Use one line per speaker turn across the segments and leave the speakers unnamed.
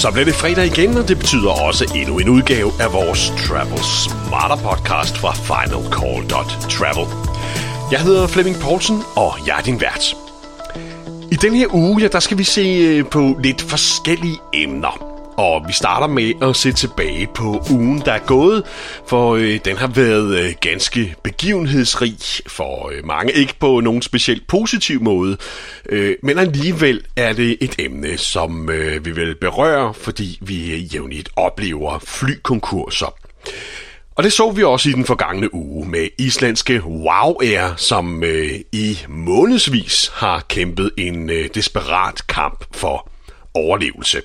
Så bliver det fredag igen, og det betyder også endnu en udgave af vores Travel Smarter podcast fra finalcall.travel. Jeg hedder Flemming Poulsen, og jeg er din vært. I den her uge, der skal vi se på lidt forskellige emner. Og vi starter med at se tilbage på ugen, der er gået, for den har været ganske begivenhedsrig for mange. Ikke på nogen specielt positiv måde, men alligevel er det et emne, som vi vil berøre, fordi vi jævnligt oplever flykonkurser. Og det så vi også i den forgangne uge med islandske WOW Air, som i månedsvis har kæmpet en desperat kamp for overlevelse.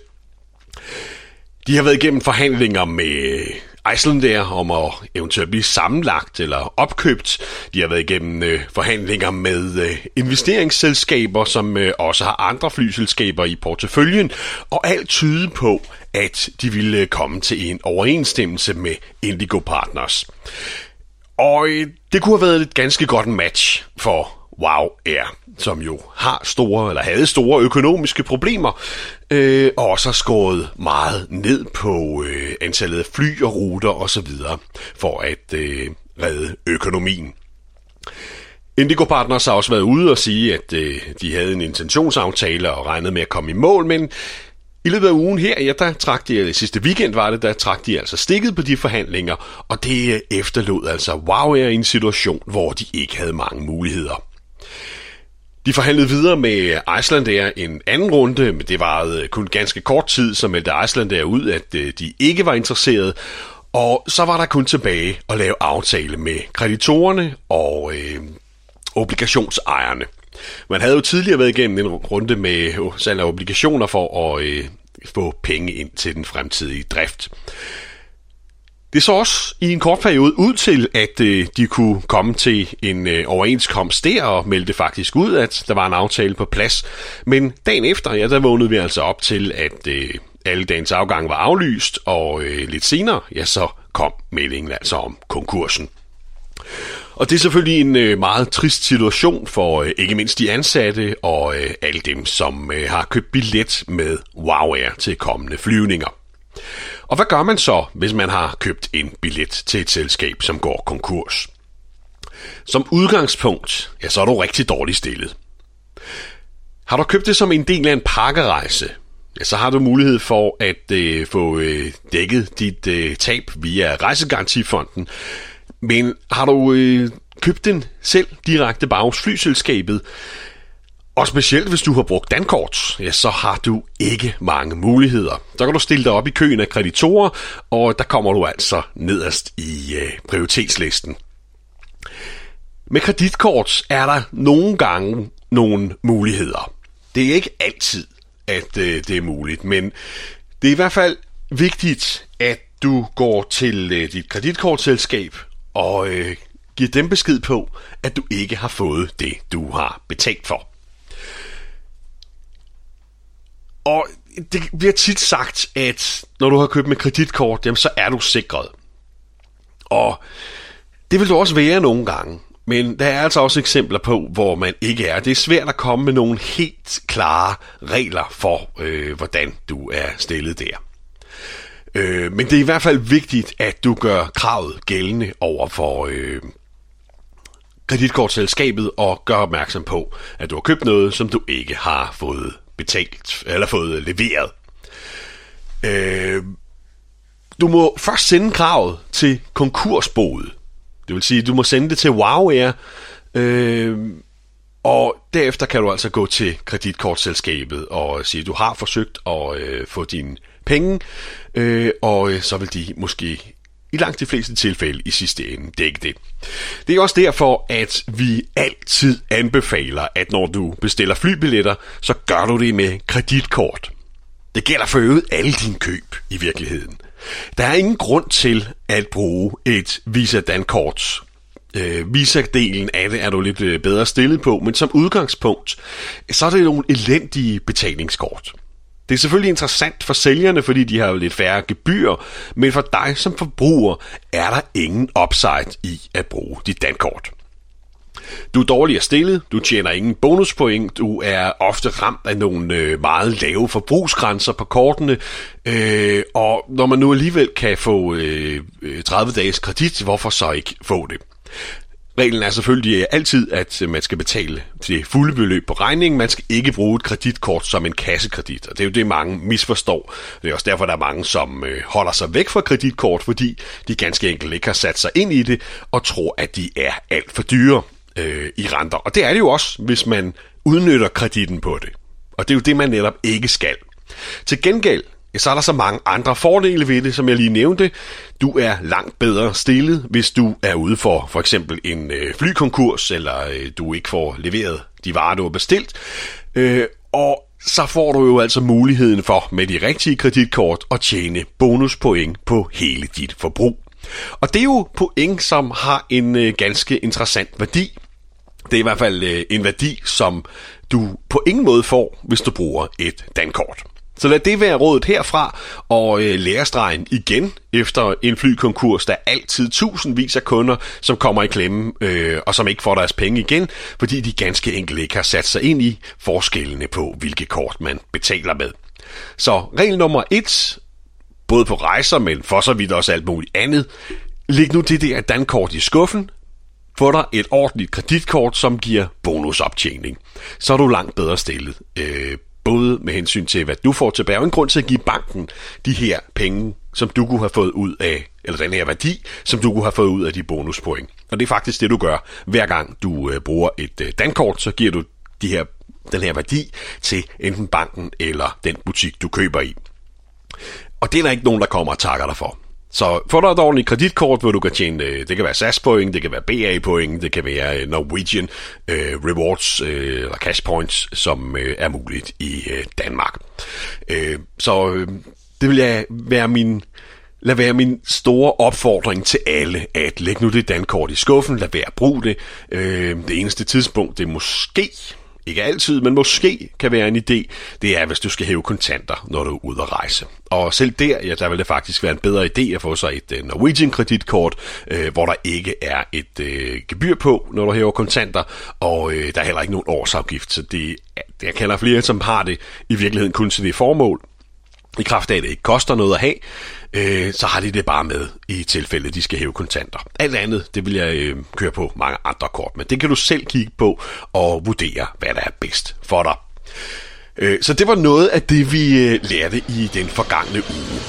De har været igennem forhandlinger med Icelandair om at eventuelt blive sammenlagt eller opkøbt. De har været igennem forhandlinger med investeringsselskaber, som også har andre flyselskaber i porteføljen. Og alt tyder på, at de ville komme til en overensstemmelse med Indigo Partners. Og det kunne have været et ganske godt match for WOW Air, som jo havde store økonomiske problemer, og også har skåret meget ned på antallet af fly og ruter osv. for at redde økonomien. Indigo Partners har også været ude og sige, at de havde en intentionsaftale og regnede med at komme i mål, men i løbet af ugen her, der trak de, sidste weekend var det, der trak de altså stikket på de forhandlinger, og det efterlod altså WOW Air i en situation, hvor de ikke havde mange muligheder. De forhandlede videre med Icelandair en anden runde, men det varede kun ganske kort tid, så meldte Icelandair ud, at de ikke var interesserede. Og så var der kun tilbage at lave aftale med kreditorerne og obligationsejerne. Man havde jo tidligere været igennem en runde med salg af obligationer for at få penge ind til den fremtidige drift. Det så også i en kort periode ud til, at de kunne komme til en overenskomst der, og meldte faktisk ud, at der var en aftale på plads. Men dagen efter, der vågnede vi altså op til, at alle dagens afgang var aflyst, og lidt senere, så kom meldingen altså om konkursen. Og det er selvfølgelig en meget trist situation for ikke mindst de ansatte og alle dem, som har købt billet med WOW Air til kommende flyvninger. Og hvad gør man så, hvis man har købt en billet til et selskab, som går konkurs? Som udgangspunkt, så er du rigtig dårligt stillet. Har du købt det som en del af en pakkerejse, så har du mulighed for at få dækket dit tab via Rejsegarantifonden. Men har du købt den selv direkte bare hos flyselskabet, og specielt hvis du har brugt dankort, så har du ikke mange muligheder. Så kan du stille dig op i køen af kreditorer, og der kommer du altså nederst i prioritetslisten. Med kreditkort er der nogle gange nogle muligheder. Det er ikke altid, at det er muligt, men det er i hvert fald vigtigt, at du går til dit kreditkortselskab og giver dem besked på, at du ikke har fået det, du har betalt for. Og det bliver tit sagt, at når du har købt med kreditkort, så er du sikret. Og det vil du også være nogle gange. Men der er altså også eksempler på, hvor man ikke er. Det er svært at komme med nogle helt klare regler for, hvordan du er stillet der. Men det er i hvert fald vigtigt, at du gør kravet gældende over for kreditkortselskabet og gør opmærksom på, at du har købt noget, som du ikke har fået betalt eller fået leveret. Du må først sende kravet til konkursboet. Det vil sige, at du må sende det til WOW Air, og derefter kan du altså gå til kreditkortselskabet og sige, at du har forsøgt at få dine penge, og så vil de måske i langt de fleste tilfælde i sidste ende dække det. Det er også derfor, at vi altid anbefaler, at når du bestiller flybilletter, så gør du det med kreditkort. Det gælder for øvrigt alle dine køb i virkeligheden. Der er ingen grund til at bruge et Visa-dankort. Visa-delen af det er du lidt bedre stillet på, men som udgangspunkt, så er det nogle elendige betalingskort. Det er selvfølgelig interessant for sælgerne, fordi de har lidt færre gebyrer, men for dig som forbruger er der ingen upside i at bruge dit dankort. Du er dårligere stillet, du tjener ingen bonuspoint, du er ofte ramt af nogle meget lave forbrugsgrænser på kortene, og når man nu alligevel kan få 30 dages kredit, hvorfor så ikke få det? Reglen er selvfølgelig altid, at man skal betale det fulde beløb på regningen. Man skal ikke bruge et kreditkort som en kassekredit, og det er jo det, mange misforstår. Det er også derfor, der er mange, som holder sig væk fra kreditkort, fordi de ganske enkelt ikke har sat sig ind i det og tror, at de er alt for dyre i renter. Og det er det jo også, hvis man udnytter kreditten på det. Og det er jo det, man netop ikke skal. Til gengæld, så er der så mange andre fordele ved det, som jeg lige nævnte. Du er langt bedre stillet, hvis du er ude for eksempel en flykonkurs, eller du ikke får leveret de varer, du har bestilt. Og så får du jo altså muligheden for med de rigtige kreditkort at tjene bonuspoint på hele dit forbrug. Og det er jo point, som har en ganske interessant værdi. Det er i hvert fald en værdi, som du på ingen måde får, hvis du bruger et dankort. Så lad det være rådet herfra, og lærestregen igen efter en flykonkurs. Der er altid tusindvis af kunder, som kommer i klemme, og som ikke får deres penge igen, fordi de ganske enkelt ikke har sat sig ind i forskellene på, hvilke kort man betaler med. Så regel nummer 1, både på rejser, men for så vidt også alt muligt andet, læg nu det der dankort i skuffen. Få dig et ordentligt kreditkort, som giver bonusoptjening. Så er du langt bedre stillet. Både med hensyn til, hvad du får tilbage, og en grund til at give banken de her penge, som du kunne have fået ud af, eller den her værdi, som du kunne have fået ud af de bonuspoint. Og det er faktisk det, du gør. Hver gang du bruger et dankort, så giver du den her værdi til enten banken eller den butik, du køber i. Og det er der ikke nogen, der kommer og takker dig for. Så få dig et ordentligt kreditkort, hvor du kan tjene, det kan være SAS-point, det kan være BA-point, det kan være Norwegian Rewards eller Cash Points, som er muligt i Danmark. Så det vil være min store opfordring til alle, at læg nu det dankort i skuffen, lad være at bruge det. Det eneste tidspunkt, det måske, ikke altid, men måske kan være en idé, det er, hvis du skal hæve kontanter, når du er ude at rejse. Og selv der vil det faktisk være en bedre idé at få sig et Norwegian kreditkort, hvor der ikke er et gebyr på, når du hæver kontanter, og der er heller ikke nogen årsafgift. Så jeg kender flere, som har det i virkeligheden kun til det formål. I kraft af, at det ikke koster noget at have, så har de det bare med i tilfælde, de skal hæve kontanter. Alt andet, det vil jeg køre på mange andre kort, men det kan du selv kigge på og vurdere, hvad der er bedst for dig. Så det var noget af det, vi lærte i den forgangne uge.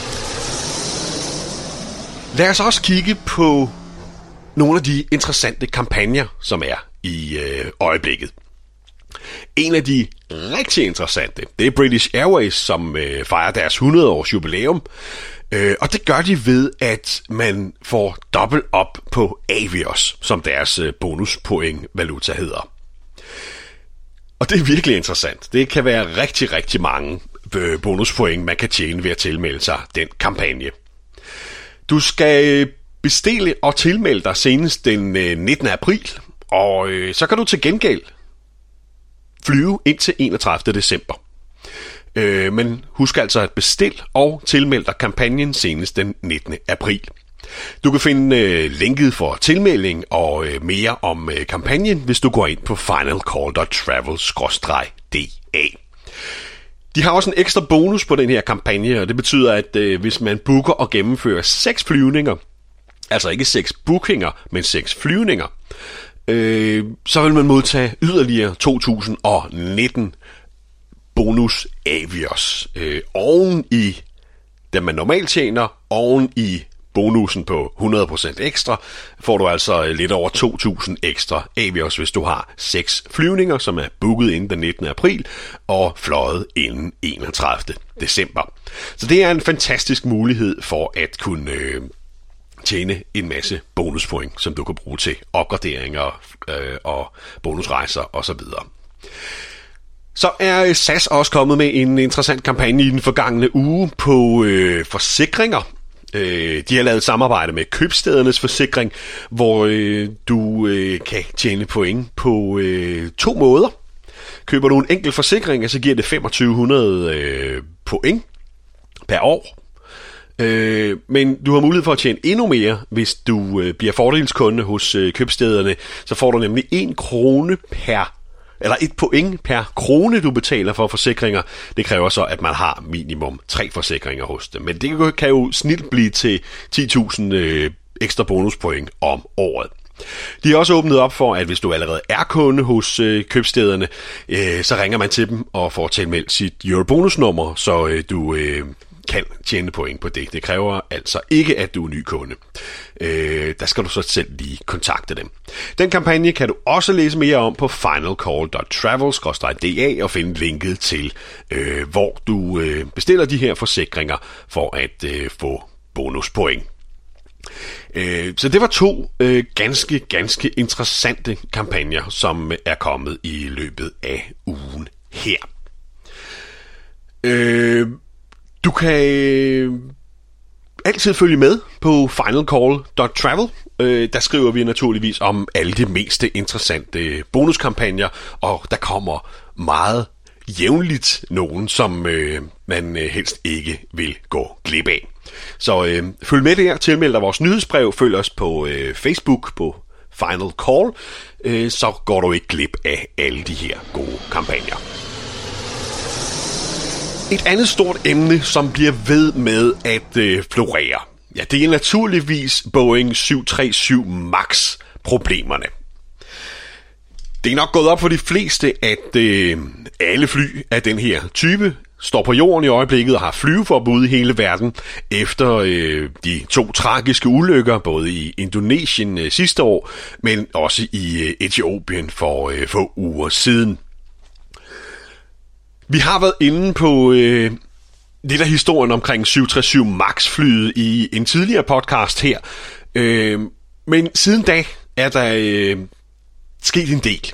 Lad os også kigge på nogle af de interessante kampagner, som er i øjeblikket. En af de rigtig interessante, det er British Airways, som fejrer deres 100-års jubilæum. Og det gør de ved, at man får dobbelt op på Avios, som deres bonuspoint-valuta hedder. Og det er virkelig interessant. Det kan være rigtig, rigtig mange bonuspoint, man kan tjene ved at tilmelde sig den kampagne. Du skal bestille og tilmelde dig senest den 19. april, og så kan du til gengæld flyve indtil 31. december. Men husk altså at bestille og tilmelde dig kampagnen senest den 19. april. Du kan finde linket for tilmelding og mere om kampagnen, hvis du går ind på finalcall.travel/da. De har også en ekstra bonus på den her kampagne, og det betyder, at hvis man booker og gennemfører 6 flyvninger, altså ikke 6 bookinger, men 6 flyvninger, så vil man modtage yderligere 2019 bonus Avios oven i det, man normalt tjener, oven i bonusen på 100% ekstra, får du altså lidt over 2.000 ekstra Avios, hvis du har 6 flyvninger, som er booket inden den 19. april og fløjet inden 31. december. Så det er en fantastisk mulighed for at kunne tjene en masse bonuspoint, som du kan bruge til opgraderinger og bonusrejser osv. Så er SAS også kommet med en interessant kampagne i den forgangne uge på forsikringer. De har lavet samarbejde med Købstædernes Forsikring, hvor du kan tjene point på 2 måder. Køber du en enkelt forsikring, så giver det 2500 point per år. Men du har mulighed for at tjene endnu mere, hvis du bliver fordelskunde hos købstæderne. Så får du nemlig 1 point per krone, du betaler for forsikringer. Det kræver så, at man har minimum 3 forsikringer hos dem. Men det kan jo snilt blive til 10.000 ekstra bonuspoint om året. De har også åbnet op for, at hvis du allerede er kunde hos købstæderne, så ringer man til dem og får tilmeldt sit Eurobonusnummer, så du kan tjene point på det. Det kræver altså ikke, at du er ny kunde. Der skal du så selv lige kontakte dem. Den kampagne kan du også læse mere om på finalcall.travel/da og finde linket til, hvor du bestiller de her forsikringer for at få bonuspoint. Så det var 2 ganske interessante kampagner, som er kommet i løbet af ugen her. Du kan altid følge med på finalcall.travel. Der skriver vi naturligvis om alle de mest interessante bonuskampagner, og der kommer meget jævnligt nogen, som man helst ikke vil gå glip af. Så følg med der, tilmeld dig vores nyhedsbrev, følg os på Facebook på Final Call, så går du ikke glip af alle de her gode kampagner. Et andet stort emne, som bliver ved med at florere, ja, det er naturligvis Boeing 737 MAX problemerne. Det er nok gået op for de fleste, at alle fly af den her type står på jorden i øjeblikket og har flyveforbud i hele verden efter de 2 tragiske ulykker, både i Indonesien sidste år, men også i Etiopien for få uger siden. Vi har været inde på lidt af historien omkring 737 MAX-flyet i en tidligere podcast her, men siden da er der sket en del.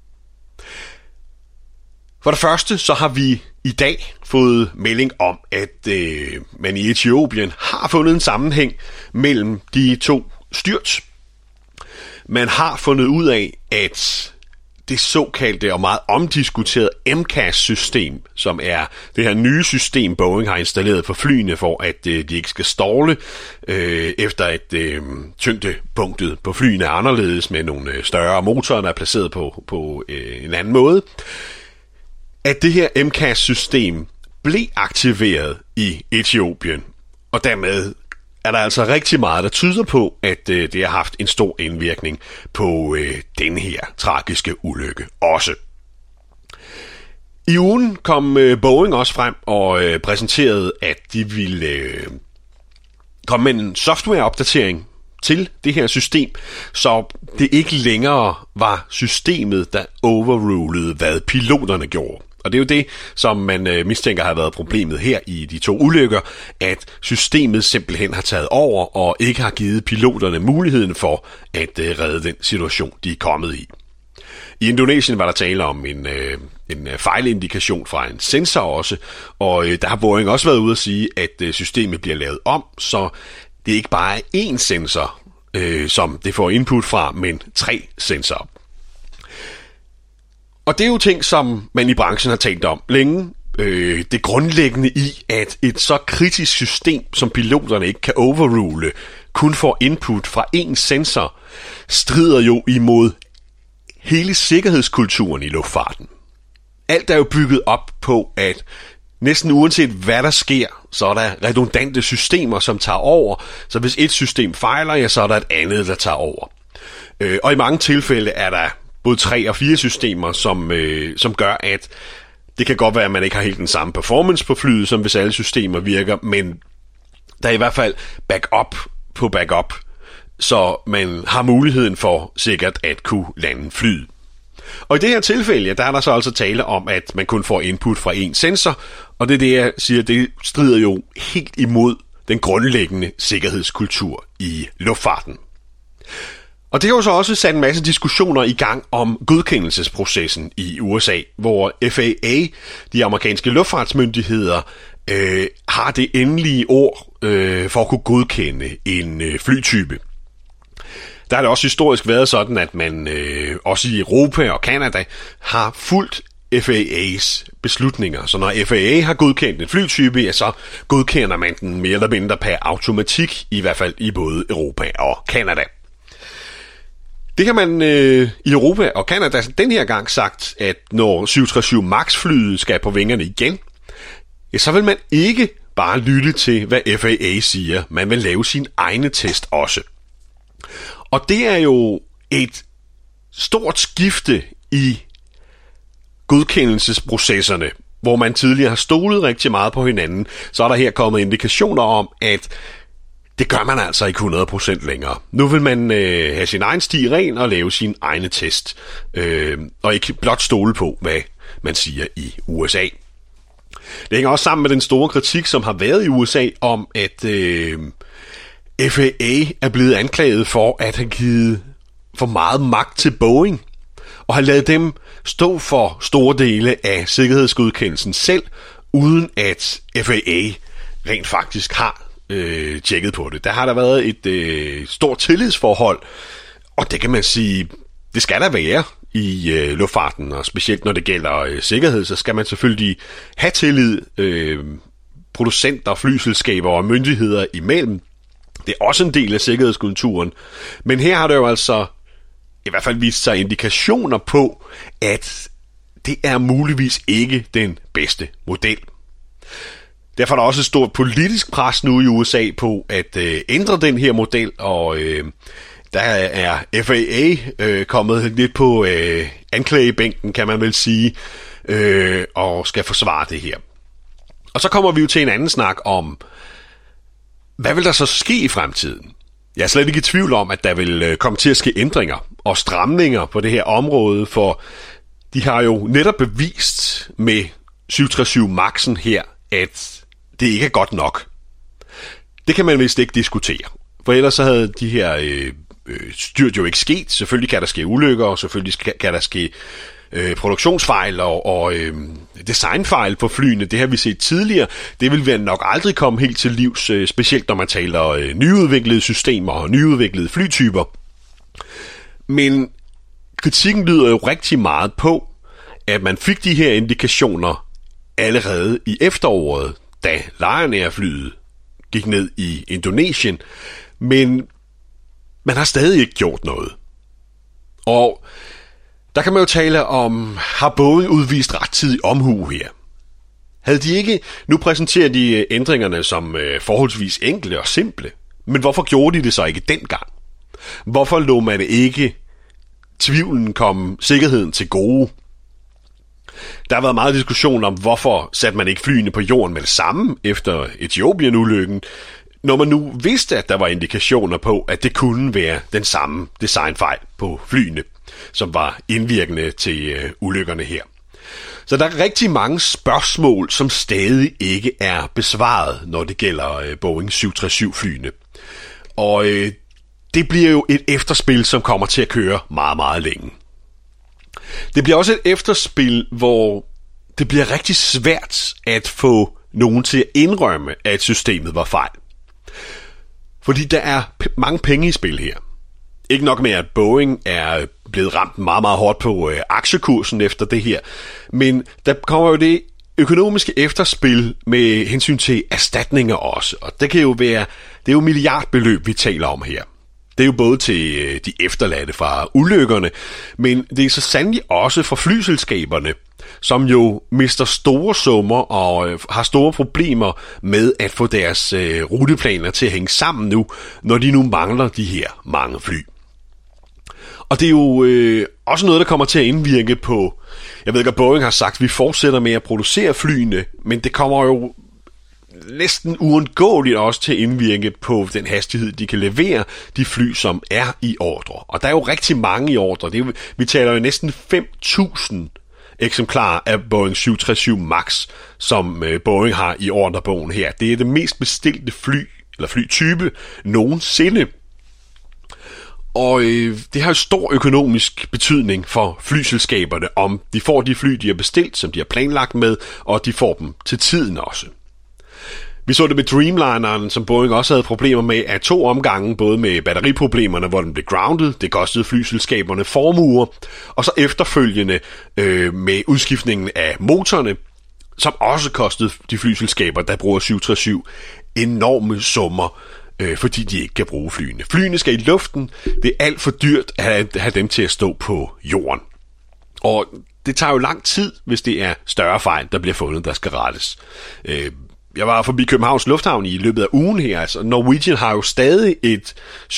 For det første så har vi i dag fået melding om, at man i Etiopien har fundet en sammenhæng mellem de 2 styrt. Man har fundet ud af, at det såkaldte og meget omdiskuterede MCAS-system, som er det her nye system, Boeing har installeret på flyene, for at de ikke skal ståle, efter at tyngdepunktet på flyene er anderledes med nogle større motorer, der er placeret på en anden måde. At det her MCAS-system blev aktiveret i Etiopien, og dermed er der altså rigtig meget, der tyder på, at det har haft en stor indvirkning på den her tragiske ulykke også. I ugen kom Boeing også frem og præsenterede, at de ville komme med en softwareopdatering til det her system, så det ikke længere var systemet, der overrulede, hvad piloterne gjorde. Og det er jo det, som man mistænker har været problemet her i de 2 ulykker, at systemet simpelthen har taget over og ikke har givet piloterne muligheden for at redde den situation, de er kommet i. I Indonesien var der tale om en fejlindikation fra en sensor også, og der har Boeing også været ude at sige, at systemet bliver lavet om, så det ikke bare er én sensor, som det får input fra, men 3 sensorer. Og det er jo ting, som man i branchen har talt om længe. Det grundlæggende i, at et så kritisk system, som piloterne ikke kan overrule, kun får input fra én sensor, strider jo imod hele sikkerhedskulturen i luftfarten. Alt er jo bygget op på, at næsten uanset hvad der sker, så er der redundante systemer, som tager over. Så hvis et system fejler, ja, så er der et andet, der tager over. Og i mange tilfælde er der både 3 og 4 systemer, som gør, at det kan godt være, at man ikke har helt den samme performance på flyet, som hvis alle systemer virker, men der er i hvert fald backup på backup, så man har muligheden for sikkert at kunne lande flyet. Og i det her tilfælde, der er der så altså tale om, at man kun får input fra én sensor, og det er det, jeg siger, det strider jo helt imod den grundlæggende sikkerhedskultur i luftfarten. Og det har jo så også sat en masse diskussioner i gang om godkendelsesprocessen i USA, hvor FAA, de amerikanske luftfartsmyndigheder, har det endelige ord for at kunne godkende en flytype. Der har det også historisk været sådan, at man også i Europa og Canada har fulgt FAA's beslutninger. Så når FAA har godkendt en flytype, ja, så godkender man den mere eller mindre per automatik, i hvert fald i både Europa og Canada. Det kan man i Europa og Canada den her gang sagt, at når 737 MAX-flyet skal på vingerne igen, ja, så vil man ikke bare lytte til, hvad FAA siger. Man vil lave sin egne test også. Og det er jo et stort skifte i godkendelsesprocesserne, hvor man tidligere har stolet rigtig meget på hinanden. Så er der her kommet indikationer om, at det gør man altså ikke 100% længere. Nu vil man have sin egen sti ren og lave sin egne test. Og ikke blot stole på, hvad man siger i USA. Det hænger også sammen med den store kritik, som har været i USA om, at FAA er blevet anklaget for at have givet for meget magt til Boeing, og har ladet dem stå for store dele af sikkerhedsgodkendelsen selv, uden at FAA rent faktisk har tjekket på det. Der har der været et stort tillidsforhold, og det kan man sige, det skal der være i luftfarten, og specielt når det gælder sikkerhed, så skal man selvfølgelig have tillid producenter, flyselskaber og myndigheder imellem. Det er også en del af sikkerhedskulturen, men her har der jo altså i hvert fald vist sig indikationer på, at det er muligvis ikke den bedste model. Derfor er der også et stort politisk pres nu i USA på at ændre den her model, og der er FAA kommet lidt på anklagebænken, kan man vel sige, og skal forsvare det her. Og så kommer vi jo til en anden snak om, hvad vil der så ske i fremtiden? Jeg er slet ikke i tvivl om, at der vil komme til at ske ændringer og stramninger på det her område, for de har jo netop bevist med 737 MAX'en her, at det ikke er godt nok. Det kan man vist ikke diskutere, for ellers så havde de her styrt jo ikke sket. Selvfølgelig kan der ske ulykker, og selvfølgelig kan der ske produktionsfejl og designfejl på flyene. Det har vi set tidligere. Det vil vi nok aldrig komme helt til livs, specielt når man taler nyudviklede systemer og nyudviklede flytyper. Men kritikken lyder jo rigtig meget på, at man fik de her indikationer allerede i efteråret, da Lion Air-flyet gik ned i Indonesien, men man har stadig ikke gjort noget. Og der kan man jo tale om, har Boeing udvist rettidig omhu her? Havde de ikke, nu præsenterer de ændringerne som forholdsvis enkle og simple, men hvorfor gjorde de det så ikke dengang? Hvorfor lå man ikke tvivlen komme sikkerheden til gode? Der har været meget diskussion om, hvorfor satte man ikke flyene på jorden med det samme efter Etiopien-ulykken, når man nu vidste, at der var indikationer på, at det kunne være den samme designfejl på flyene, som var indvirkende til ulykkerne her. Så der er rigtig mange spørgsmål, som stadig ikke er besvaret, når det gælder Boeing 737-flyene. Og det bliver jo et efterspil, som kommer til at køre meget, meget længe. Det bliver også et efterspil, hvor det bliver rigtig svært at få nogen til at indrømme, at systemet var fejl. Fordi der er mange penge i spil her. Ikke nok med, at Boeing er blevet ramt meget, meget hårdt på aktiekursen efter det her, men der kommer jo det økonomiske efterspil med hensyn til erstatninger også, og det kan jo være, det er jo milliardbeløb, vi taler om her. Det er jo både til de efterladte fra ulykkerne, men det er så sandelig også for flyselskaberne, som jo mister store summer og har store problemer med at få deres ruteplaner til at hænge sammen nu, når de nu mangler de her mange fly. Og det er jo også noget, der kommer til at indvirke på, jeg ved ikke, at Boeing har sagt, at vi fortsætter med at producere flyene, men det kommer jo næsten uundgåeligt også til at indvirke på den hastighed, de kan levere de fly, som er i ordre. Og der er jo rigtig mange i ordre. Det er jo, vi taler jo næsten 5.000 eksemplarer af Boeing 737 MAX, som Boeing har i ordrebogen her. Det er det mest bestilte flytype nogensinde. Og det har jo stor økonomisk betydning for flyselskaberne, om de får de fly, de har bestilt, som de har planlagt med, og de får dem til tiden også. Vi så det med Dreamlineren, som Boeing også havde problemer med af 2 omgange, både med batteriproblemerne, hvor den blev grounded, det kostede flyselskaberne formuer, og så efterfølgende med udskiftningen af motorerne, som også kostede de flyselskaber, der bruger 737, enorme summer, fordi de ikke kan bruge flyene. Flyene skal i luften, det er alt for dyrt at have dem til at stå på jorden. Og det tager jo lang tid, hvis det er større fejl, der bliver fundet, der skal rettes. Jeg var forbi Københavns Lufthavn i løbet af ugen her. Altså Norwegian har jo stadig et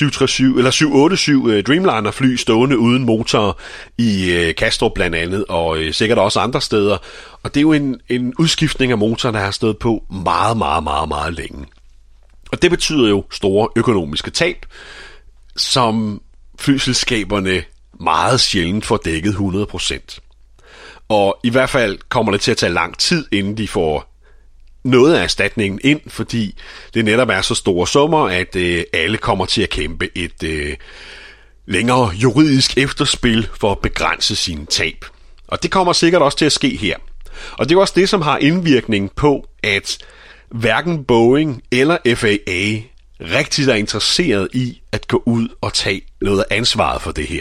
787 Dreamliner fly stående uden motor i Kastrup blandt andet, og sikkert også andre steder. Og det er jo en udskiftning af motoren, der har stået på meget, meget, meget, meget længe. Og det betyder jo store økonomiske tab, som flyselskaberne meget sjældent får dækket 100%. Og i hvert fald kommer det til at tage lang tid, inden de får noget af erstatningen ind, fordi det netop er så store summer, at alle kommer til at kæmpe et længere juridisk efterspil for at begrænse sine tab. Og det kommer sikkert også til at ske her. Og det er også det, som har indvirkning på, at hverken Boeing eller FAA rigtig er interesseret i at gå ud og tage noget af ansvaret for det her.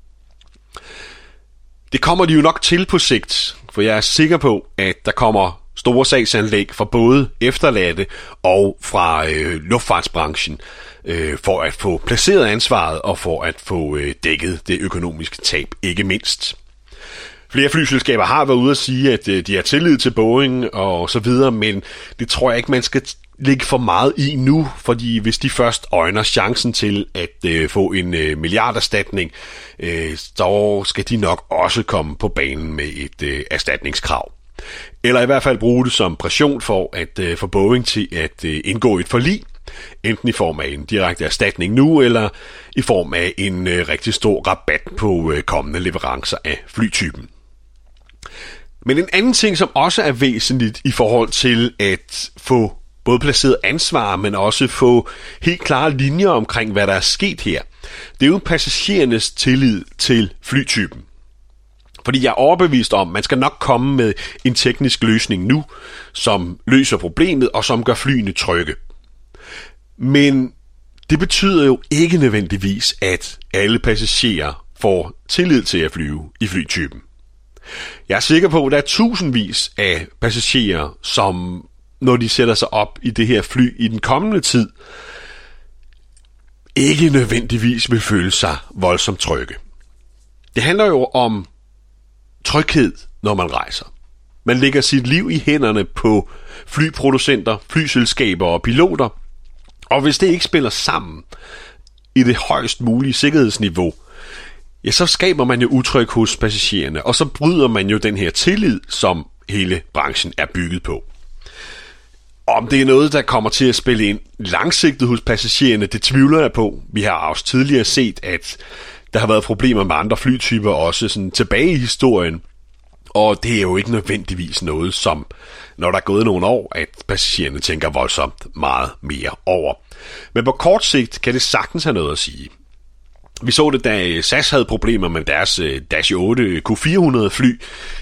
Det kommer de jo nok til på sigt, for jeg er sikker på, at der kommer store sagsanlæg fra både efterladte og fra luftfartsbranchen for at få placeret ansvaret og for at få dækket det økonomiske tab, ikke mindst. Flere flyselskaber har været ude at sige, at de har tillid til Boeing og så videre, men det tror jeg ikke, man skal ligge for meget i nu, fordi hvis de først øjner chancen til at få en milliarderstatning, så skal de nok også komme på banen med et erstatningskrav. Eller i hvert fald bruge det som pression for at få Boeing til at indgå et forlig, enten i form af en direkte erstatning nu, eller i form af en rigtig stor rabat på kommende leverancer af flytypen. Men en anden ting, som også er væsentligt i forhold til at få både placeret ansvar, men også få helt klare linjer omkring, hvad der er sket her, det er jo passagerernes tillid til flytypen. Fordi jeg er overbevist om, at man skal nok komme med en teknisk løsning nu, som løser problemet og som gør flyene trygge. Men det betyder jo ikke nødvendigvis, at alle passagerer får tillid til at flyve i flytypen. Jeg er sikker på, at der er tusindvis af passagerer, som når de sætter sig op i det her fly i den kommende tid, ikke nødvendigvis vil føle sig voldsomt trygge. Det handler jo om tryghed, når man rejser. Man lægger sit liv i hænderne på flyproducenter, flyselskaber og piloter, og hvis det ikke spiller sammen i det højst mulige sikkerhedsniveau, ja, så skaber man jo utryg hos passagererne, og så bryder man jo den her tillid, som hele branchen er bygget på. Om det er noget, der kommer til at spille ind langsigtet hos passagererne, det tvivler jeg på. Vi har også tidligere set, at der har været problemer med andre flytyper også sådan tilbage i historien, og det er jo ikke nødvendigvis noget, som når der er gået nogle år, at passagererne tænker voldsomt meget mere over. Men på kort sigt kan det sagtens have noget at sige. Vi så det, da SAS havde problemer med deres Dash 8 Q400 fly.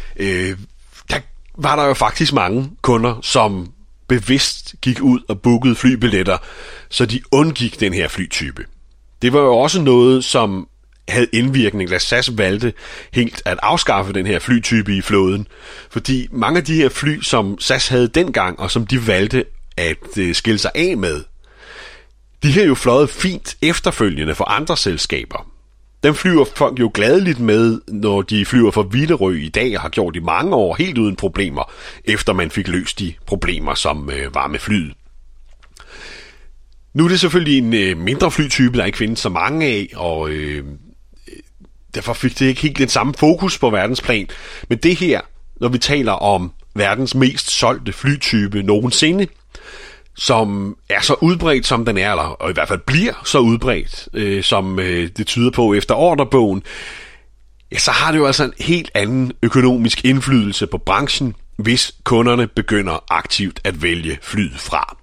Der var der jo faktisk mange kunder, som bevidst gik ud og bookede flybilletter, så de undgik den her flytype. Det var jo også noget, som havde indvirkning, da SAS valgte helt at afskaffe den her flytype i flåden. Fordi mange af de her fly, som SAS havde dengang, og som de valgte at skille sig af med, de har jo fløjet fint efterfølgende for andre selskaber. Dem flyver folk jo gladeligt med, når de flyver fra Widerøe i dag, og har gjort i mange år helt uden problemer, efter man fik løst de problemer, som var med flyet. Nu er det selvfølgelig en mindre flytype, der ikke findes så mange af, og derfor fik det ikke helt den samme fokus på verdensplan. Men det her, når vi taler om verdens mest solgte flytype nogensinde, som er så udbredt, som den er, og i hvert fald bliver så udbredt, som det tyder på efter ordrebogen, ja, så har det jo altså en helt anden økonomisk indflydelse på branchen, hvis kunderne begynder aktivt at vælge flyet fra.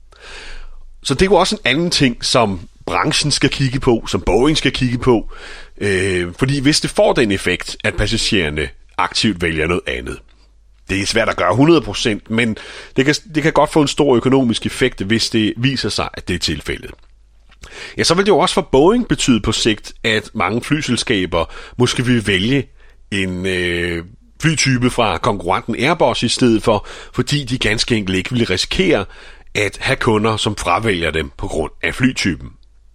Så det er jo også en anden ting, som branchen skal kigge på, som Boeing skal kigge på, fordi hvis det får den effekt, at passagererne aktivt vælger noget andet, det er svært at gøre 100%, men det kan godt få en stor økonomisk effekt, hvis det viser sig, at det er tilfældet. Ja, så vil det jo også for Boeing betyde på sigt, at mange flyselskaber måske vil vælge en flytype fra konkurrenten Airbus i stedet for, fordi de ganske enkelt ikke vil risikere at have kunder, som fravælger dem på grund af flytypen.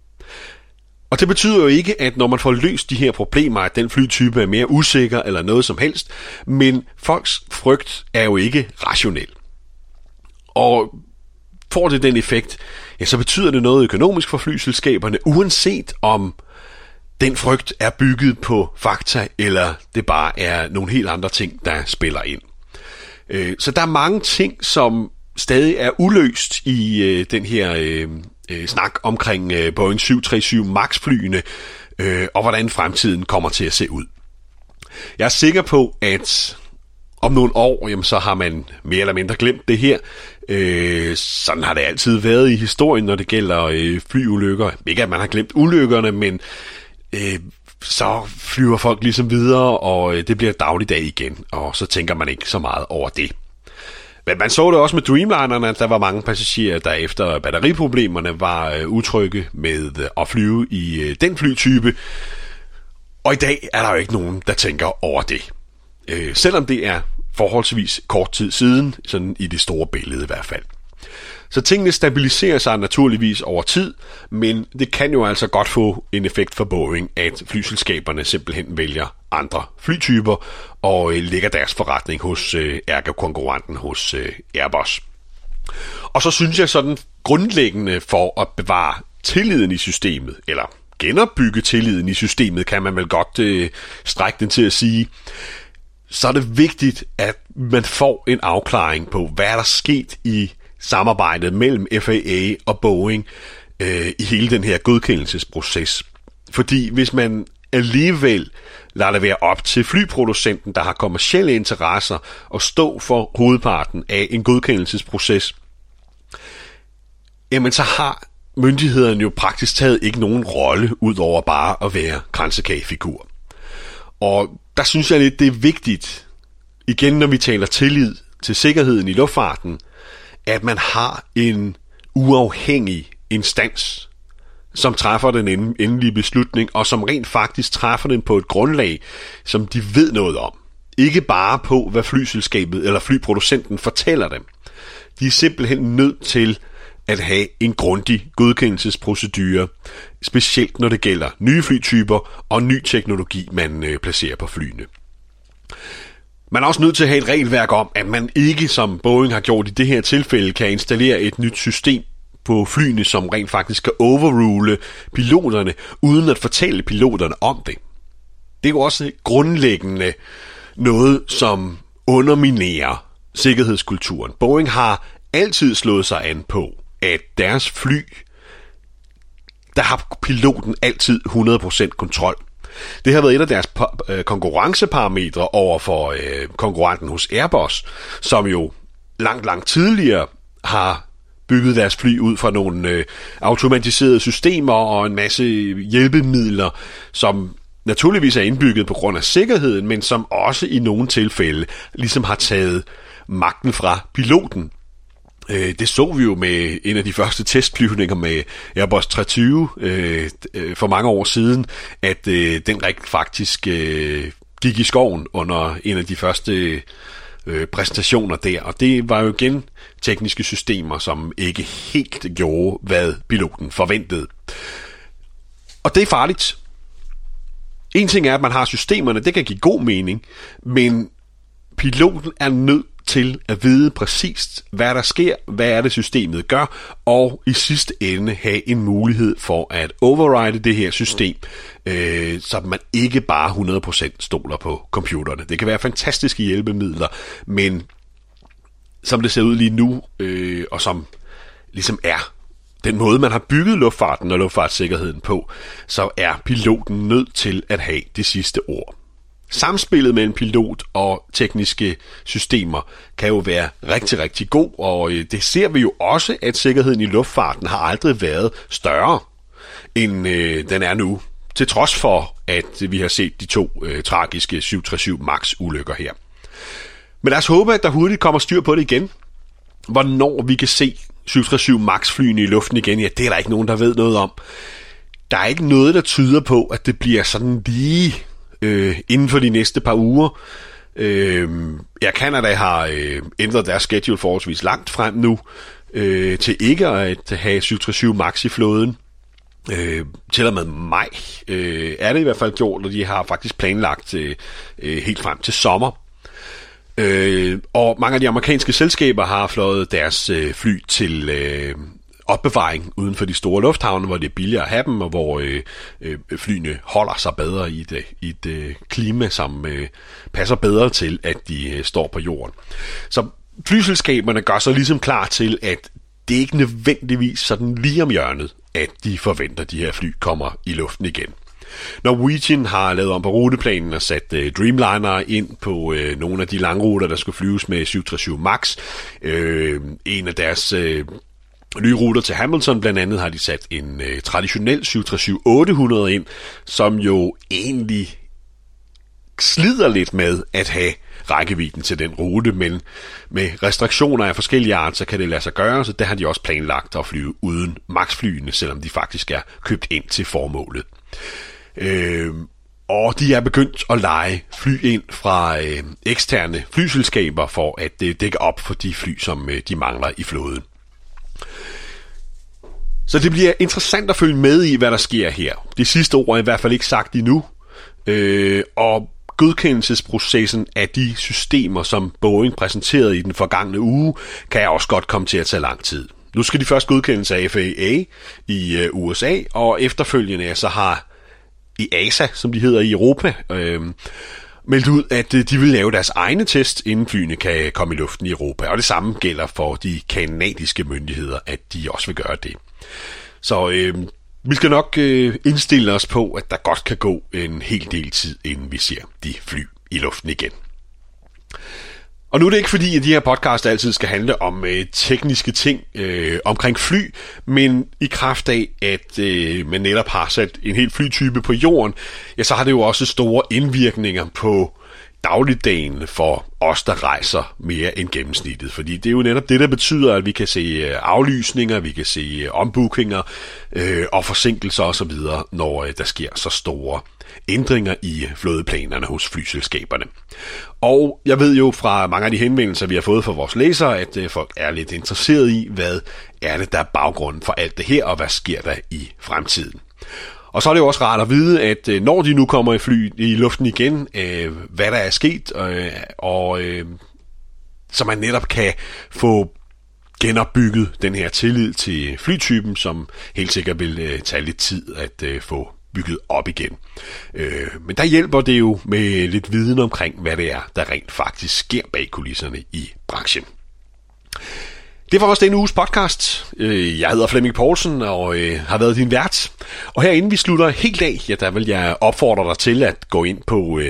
Og det betyder jo ikke, at når man får løst de her problemer, at den flytype er mere usikker eller noget som helst, men folks frygt er jo ikke rationel. Og får det den effekt, ja, så betyder det noget økonomisk for flyselskaberne, uanset om den frygt er bygget på fakta, eller det bare er nogle helt andre ting, der spiller ind. Så der er mange ting, som stadig er uløst i den her snak omkring Boeing 737 MAX-flyene, og hvordan fremtiden kommer til at se ud. Jeg er sikker på, at om nogle år, jamen, så har man mere eller mindre glemt det her. Sådan har det altid været i historien, når det gælder flyulykker. Ikke at man har glemt ulykkerne, men så flyver folk ligesom videre, og det bliver dagligdag igen, og så tænker man ikke så meget over det. Men man så det også med Dreamlinerne, at der var mange passagerer, der efter batteriproblemerne var utrygge med at flyve i den flytype. Og i dag er der jo ikke nogen, der tænker over det. Selvom det er forholdsvis kort tid siden, sådan i det store billede i hvert fald. Så tingene stabiliserer sig naturligvis over tid, men det kan jo altså godt få en effekt for Boeing, at flyselskaberne simpelthen vælger andre flytyper og lægger deres forretning hos konkurrenten hos Airbus. Og så synes jeg sådan grundlæggende for at bevare tilliden i systemet, eller genopbygge tilliden i systemet, kan man vel godt strække den til at sige, så er det vigtigt, at man får en afklaring på, hvad der er sket i samarbejdet mellem FAA og Boeing i hele den her godkendelsesproces. Fordi hvis man alligevel lader det være op til flyproducenten, der har kommercielle interesser, og stå for hovedparten af en godkendelsesproces, jamen så har myndighederne jo praktisk taget ikke nogen rolle, udover bare at være kransekagefigur. Og der synes jeg lidt, det er vigtigt, igen når vi taler tillid til sikkerheden i luftfarten, at man har en uafhængig instans, som træffer den endelige beslutning, og som rent faktisk træffer den på et grundlag, som de ved noget om. Ikke bare på, hvad flyselskabet eller flyproducenten fortæller dem. De er simpelthen nødt til at have en grundig godkendelsesprocedure, specielt når det gælder nye flytyper og ny teknologi, man placerer på flyene. Man er også nødt til at have et regelværk om, at man ikke, som Boeing har gjort i det her tilfælde, kan installere et nyt system på flyene, som rent faktisk kan overrule piloterne, uden at fortælle piloterne om det. Det er jo også grundlæggende noget, som underminerer sikkerhedskulturen. Boeing har altid slået sig an på, at deres fly, der har piloten altid 100% kontrol. Det har været et af deres konkurrenceparametre over for konkurrenten hos Airbus, som jo langt tidligere har bygget deres fly ud fra nogle automatiserede systemer og en masse hjælpemidler, som naturligvis er indbygget på grund af sikkerheden, men som også i nogle tilfælde ligesom har taget magten fra piloten. Det så vi jo med en af de første testflyvninger med Airbus 320 for mange år siden, at den rigtig faktisk gik i skoven under en af de første præsentationer der. Og det var jo igen tekniske systemer, som ikke helt gjorde, hvad piloten forventede. Og det er farligt. En ting er, at man har systemerne, det kan give god mening, men piloten er nødt til at vide præcist, hvad der sker, hvad er det systemet gør, og i sidste ende have en mulighed for at override det her system, så man ikke bare 100% stoler på computerne. Det kan være fantastiske hjælpemidler, men som det ser ud lige nu, og som ligesom er den måde, man har bygget luftfarten og luftfartssikkerheden på, så er piloten nødt til at have det sidste ord. Samspillet mellem pilot og tekniske systemer kan jo være rigtig, rigtig god, og det ser vi jo også, at sikkerheden i luftfarten har aldrig været større, end den er nu, til trods for, at vi har set de to tragiske 737 MAX-ulykker her. Men lad os håbe, at der hurtigt kommer styr på det igen. Hvornår vi kan se 737 MAX-flyene i luften igen, ja, det er der ikke nogen, der ved noget om. Der er ikke noget, der tyder på, at det bliver sådan lige inden for de næste par uger. Canada har ændret deres schedule forholdsvis langt frem nu, til ikke at have 737 MAX i flåden. Til og med maj er det i hvert fald gjort, og de har faktisk planlagt helt frem til sommer. Og mange af de amerikanske selskaber har fløjet deres fly til opbevaring uden for de store lufthavne, hvor det er billigere at have dem, og hvor flyene holder sig bedre i et klima, som passer bedre til, at de står på jorden. Så flyselskaberne gør sig ligesom klar til, at det ikke nødvendigvis sådan lige om hjørnet, at de forventer, at de her fly kommer i luften igen. Norwegian har lavet om på ruteplanen og sat Dreamliner ind på nogle af de langruter, der skulle flyves med 737 MAX. En af deres nye ruter til Hamilton blandt andet har de sat en traditionel 737-800 ind, som jo egentlig slider lidt med at have rækkevidden til den rute, men med restriktioner af forskellige art, så kan det lade sig gøre, så der har de også planlagt at flyve uden MAX-flyene, selvom de faktisk er købt ind til formålet. Og de er begyndt at leje fly ind fra eksterne flyselskaber for at dække op for de fly, som de mangler i flåden. Så det bliver interessant at følge med i, hvad der sker her. Det sidste ord er i hvert fald ikke sagt endnu, og godkendelsesprocessen af de systemer, som Boeing præsenterede i den forgangne uge, kan også godt komme til at tage lang tid. Nu skal de først godkendes af FAA i USA, og efterfølgende så har EASA, som de hedder i Europa, meldt ud, at de vil lave deres egne test, inden flyene kan komme i luften i Europa. Og det samme gælder for de kanadiske myndigheder, at de også vil gøre det. Så vi skal nok indstille os på, at der godt kan gå en hel del tid, inden vi ser de fly i luften igen. Og nu er det ikke fordi, at de her podcast altid skal handle om tekniske ting omkring fly, men i kraft af, at man netop har sat en hel flytype på jorden, ja, så har det jo også store indvirkninger på dagligdagen for os, der rejser mere end gennemsnittet. Fordi det er jo netop det, der betyder, at vi kan se aflysninger, vi kan se ombookinger og forsinkelser osv., når der sker så store ændringer i flådeplanerne hos flyselskaberne. Og jeg ved jo fra mange af de henvendelser, vi har fået fra vores læsere, at folk er lidt interesseret i, hvad er det, der er baggrunden for alt det her, og hvad sker der i fremtiden. Og så er det jo også rart at vide, at når de nu kommer i fly i luften igen, hvad der er sket, og så man netop kan få genopbygget den her tillid til flytypen, som helt sikkert vil tage lidt tid at få bygget op igen. Men der hjælper det jo med lidt viden omkring, hvad det er, der rent faktisk sker bag kulisserne i branchen. Det var også denne uges podcast. Jeg hedder Flemming Poulsen og har været din vært. Og herinde vi slutter helt af, ja, der vil jeg opfordre dig til at gå ind på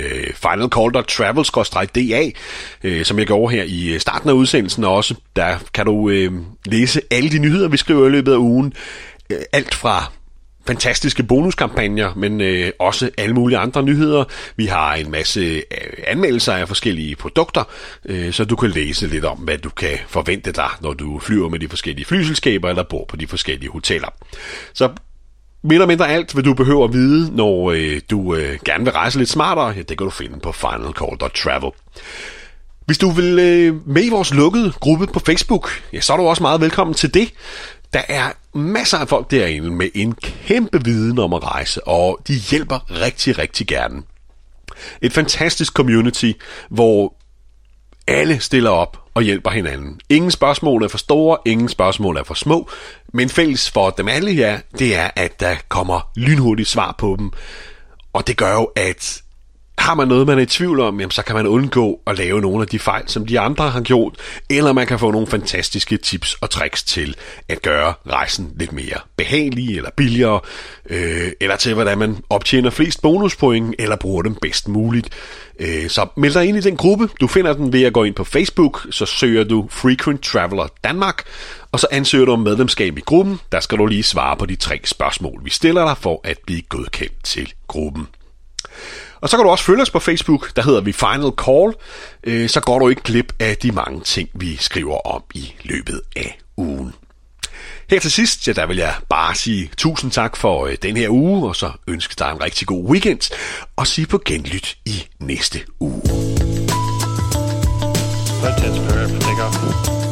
finalcall.travel/da, som jeg gjorde her i starten af udsendelsen også. Der kan du læse alle de nyheder, vi skriver i løbet af ugen. Alt fra fantastiske bonuskampagner, men også alle mulige andre nyheder. Vi har en masse anmeldelser af forskellige produkter, så du kan læse lidt om, hvad du kan forvente dig, når du flyver med de forskellige flyselskaber eller bor på de forskellige hoteller. Så mere eller mindre alt, hvad du behøver at vide, når du gerne vil rejse lidt smartere, ja, det kan du finde på finalcall.travel. Hvis du vil med i vores lukkede gruppe på Facebook, ja, så er du også meget velkommen til det. Der er masser af folk derinde med en kæmpe viden om at rejse, og de hjælper rigtig, rigtig gerne. Et fantastisk community, hvor alle stiller op og hjælper hinanden. Ingen spørgsmål er for store, ingen spørgsmål er for små, men fælles for dem alle her, det er, at der kommer lynhurtigt svar på dem. Og det gør jo, at har man noget, man er i tvivl om, jamen, så kan man undgå at lave nogle af de fejl, som de andre har gjort, eller man kan få nogle fantastiske tips og tricks til at gøre rejsen lidt mere behagelig eller billigere, eller til hvordan man optjener flest bonuspoint, eller bruger dem bedst muligt. Så meld dig ind i den gruppe. Du finder den ved at gå ind på Facebook, så søger du Frequent Traveler Danmark, og så ansøger du om medlemskab i gruppen. Der skal du lige svare på de 3 spørgsmål, vi stiller dig for at blive godkendt til gruppen. Og så kan du også følge os på Facebook, der hedder vi Final Call, så går du ikke glip af de mange ting, vi skriver om i løbet af ugen. Her til sidst, der vil jeg bare sige tusind tak for den her uge, og så ønske dig en rigtig god weekend, og sige på genlyt i næste uge.
Let's take off.